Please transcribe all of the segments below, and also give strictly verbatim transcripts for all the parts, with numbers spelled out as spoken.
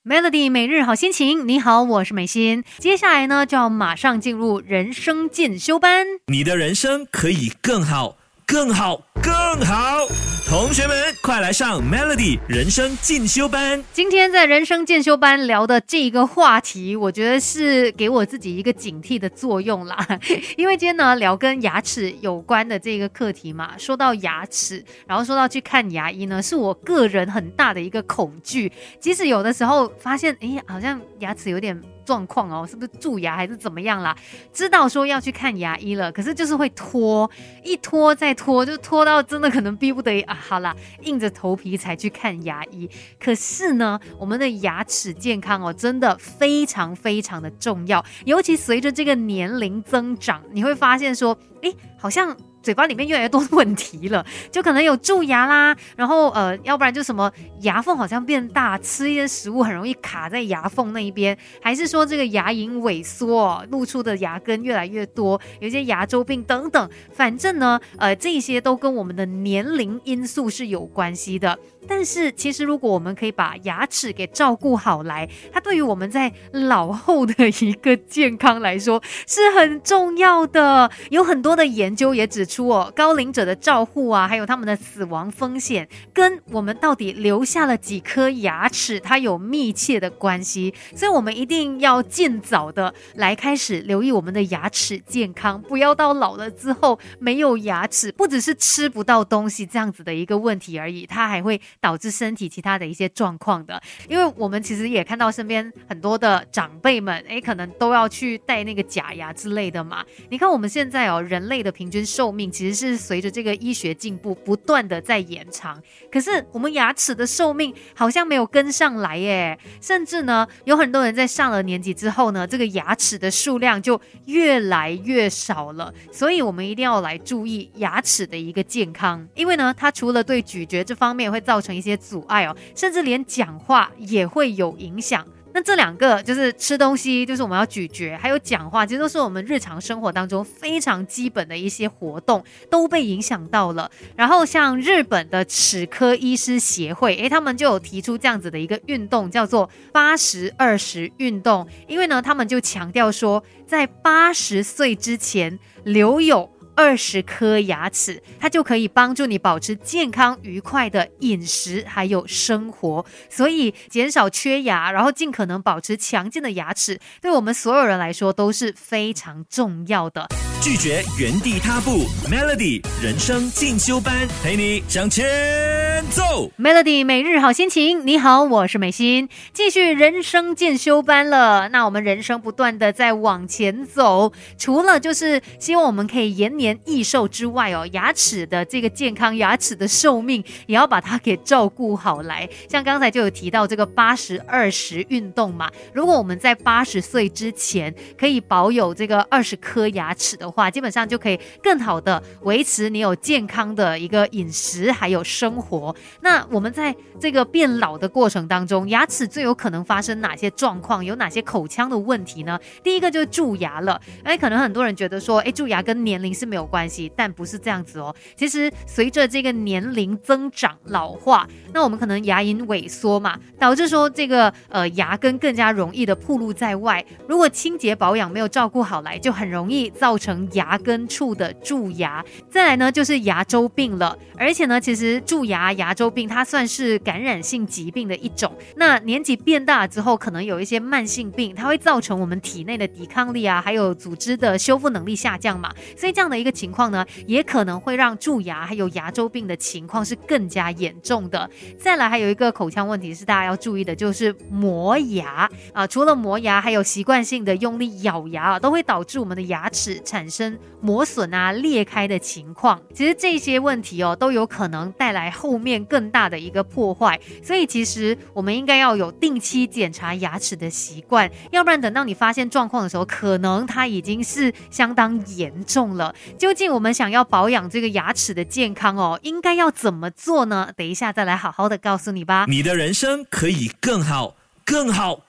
Melody 每日好心情，你好，我是美心。接下来呢，就要马上进入人生进修班。 你的人生可以更好，更好，更好！同学们，快来上 Melody 人生进修班。 今天在人生进修班聊的这个话题，我觉得是给我自己一个警惕的作用啦。因为今天呢，聊跟牙齿有关的这个课题嘛，说到牙齿，然后说到去看牙医呢，是我个人很大的一个恐惧。即使有的时候发现，哎，好像牙齿有点状况哦，是不是蛀牙还是怎么样啦？知道说要去看牙医了，可是就是会拖，一拖再拖，就拖到真的可能逼不得已啊，好啦，硬着头皮才去看牙医。可是呢，我们的牙齿健康哦，真的非常非常的重要，尤其随着这个年龄增长，你会发现说，诶，好像嘴巴里面越来越多问题了，就可能有蛀牙啦，然后呃，要不然就什么牙缝好像变大，吃一些食物很容易卡在牙缝那一边，还是说这个牙龈萎缩，露出的牙根越来越多，有一些牙周病等等，反正呢，呃，这些都跟我们的年龄因素是有关系的。但是其实如果我们可以把牙齿给照顾好来，它对于我们在老后的一个健康来说是很重要的。有很多的研究也指出哦，高龄者的照护啊，还有他们的死亡风险跟我们到底留下了几颗牙齿它有密切的关系。所以我们一定要尽早的来开始留意我们的牙齿健康，不要到老了之后没有牙齿，不只是吃不到东西这样子的一个问题而已，它还会导致身体其他的一些状况的。因为我们其实也看到身边很多的长辈们，诶，可能都要去戴那个假牙之类的嘛。你看我们现在哦，人类的平均寿命其实是随着这个医学进步不断的在延长，可是我们牙齿的寿命好像没有跟上来耶，甚至呢，有很多人在上了年纪之后呢，这个牙齿的数量就越来越少了。所以我们一定要来注意牙齿的一个健康，因为呢，它除了对咀嚼这方面会造成一些阻碍哦，甚至连讲话也会有影响。那这两个就是吃东西，就是我们要咀嚼，还有讲话，其实都是我们日常生活当中非常基本的一些活动都被影响到了。然后像日本的齿科医师协会，诶，他们就有提出这样子的一个运动，叫做八十二十运动。因为呢，他们就强调说，在八十岁之前留有二十颗牙齿，它就可以帮助你保持健康愉快的饮食还有生活。所以减少缺牙，然后尽可能保持强健的牙齿，对我们所有人来说都是非常重要的。 拒绝原地踏步 Melody 人生进修班，陪你向前走。 Melody 每日好心情，你好，我是美心，继续人生进修班了。那我们人生不断的在往前走，除了就是希望我们可以延年益寿之外哦，牙齿的这个健康，牙齿的寿命也要把它给照顾好来。像刚才就有提到这个八十二十运动嘛，如果我们在八十岁之前可以保有这个二十颗牙齿的话，基本上就可以更好的维持你有健康的一个饮食还有生活。那我们在这个变老的过程当中，牙齿最有可能发生哪些状况，有哪些口腔的问题呢？第一个就是蛀牙了。哎，可能很多人觉得说，哎，蛀牙跟年龄是没有关系，但不是这样子哦。其实随着这个年龄增长老化，那我们可能牙龈萎缩嘛，导致说这个呃牙根更加容易的暴露在外。如果清洁保养没有照顾好来，就很容易造成牙根处的蛀牙。再来呢，就是牙周病了。而且呢，其实蛀牙、牙周病它算是感染性疾病的一种。那年纪变大之后，可能有一些慢性病，它会造成我们体内的抵抗力啊，还有组织的修复能力下降嘛。所以这样的一个情况呢，也可能会让蛀牙还有牙周病的情况是更加严重的。再来还有一个口腔问题是大家要注意的，就是磨牙啊。除了磨牙，还有习惯性的用力咬牙啊，都会导致我们的牙齿产生磨损啊、裂开的情况。其实这些问题哦，都有可能带来后面更大的一个破坏。所以其实我们应该要有定期检查牙齿的习惯，要不然等到你发现状况的时候，可能它已经是相当严重了。究竟我们想要保养这个牙齿的健康哦，应该要怎么做呢？等一下再来好好的告诉你吧。 你的人生可以更好，更好，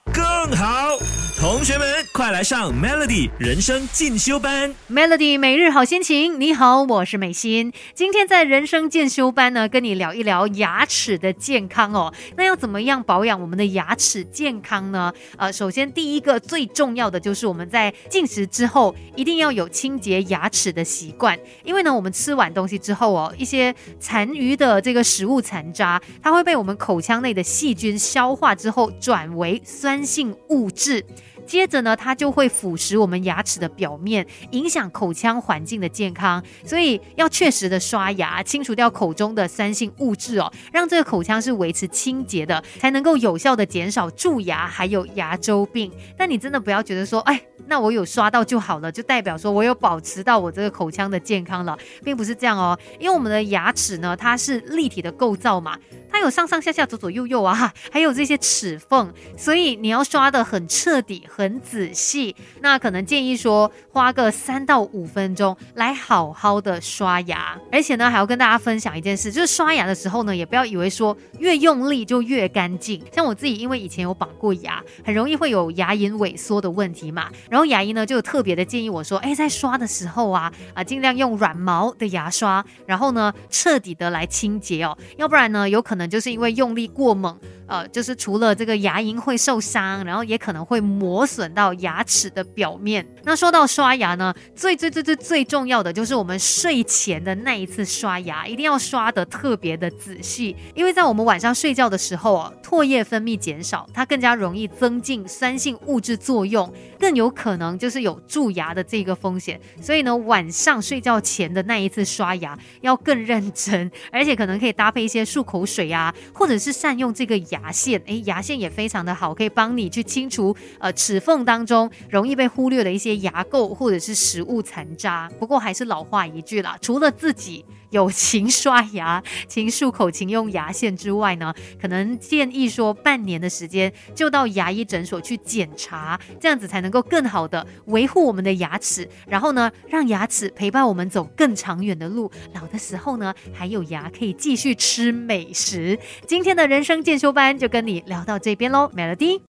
更好。同学们，快来上 Melody 人生进修班。 Melody 每日好心情，你好，我是美心。今天在人生进修班呢，跟你聊一聊牙齿的健康哦。那要怎么样保养我们的牙齿健康呢？呃，首先第一个最重要的就是我们在进食之后一定要有清洁牙齿的习惯，因为呢，我们吃完东西之后哦，一些残余的这个食物残渣，它会被我们口腔内的细菌消化之后转为酸性物质。接着呢，它就会腐蚀我们牙齿的表面，影响口腔环境的健康。所以要确实的刷牙，清除掉口中的酸性物质哦，让这个口腔是维持清洁的，才能够有效的减少蛀牙还有牙周病。但你真的不要觉得说，哎，那我有刷到就好了，就代表说我有保持到我这个口腔的健康了，并不是这样哦。因为我们的牙齿呢，它是立体的构造嘛，它有上上下下左左右右啊，还有这些齿缝，所以你要刷得很彻底很仔细。那可能建议说花个三到五分钟来好好的刷牙。而且呢，还要跟大家分享一件事，就是刷牙的时候呢，也不要以为说越用力就越干净。像我自己因为以前有绑过牙，很容易会有牙龈萎缩的问题嘛，然后牙医呢就有特别的建议我说，哎，在刷的时候啊啊，尽量用软毛的牙刷，然后呢彻底的来清洁哦，要不然呢有可能就是因为用力过猛，呃，就是除了这个牙龈会受伤，然后也可能会磨损到牙齿的表面。那说到刷牙呢，最最最最最重要的就是我们睡前的那一次刷牙，一定要刷得特别的仔细，因为在我们晚上睡觉的时候哦，唾液分泌减少，它更加容易增进酸性物质作用，更有可能就是有蛀牙的这个风险。所以呢，晚上睡觉前的那一次刷牙要更认真，而且可能可以搭配一些漱口水啊，或者是善用这个牙线。诶，牙线也非常的好，可以帮你去清除呃齿缝当中容易被忽略的一些牙垢或者是食物残渣。不过还是老话一句啦，除了自己有勤刷牙、勤漱口、勤用牙线之外呢，可能建议说半年的时间就到牙医诊所去检查，这样子才能够更好的维护我们的牙齿，然后呢，让牙齿陪伴我们走更长远的路。老的时候呢，还有牙可以继续吃美食。今天的人生进修班就跟你聊到这边咯 Melody。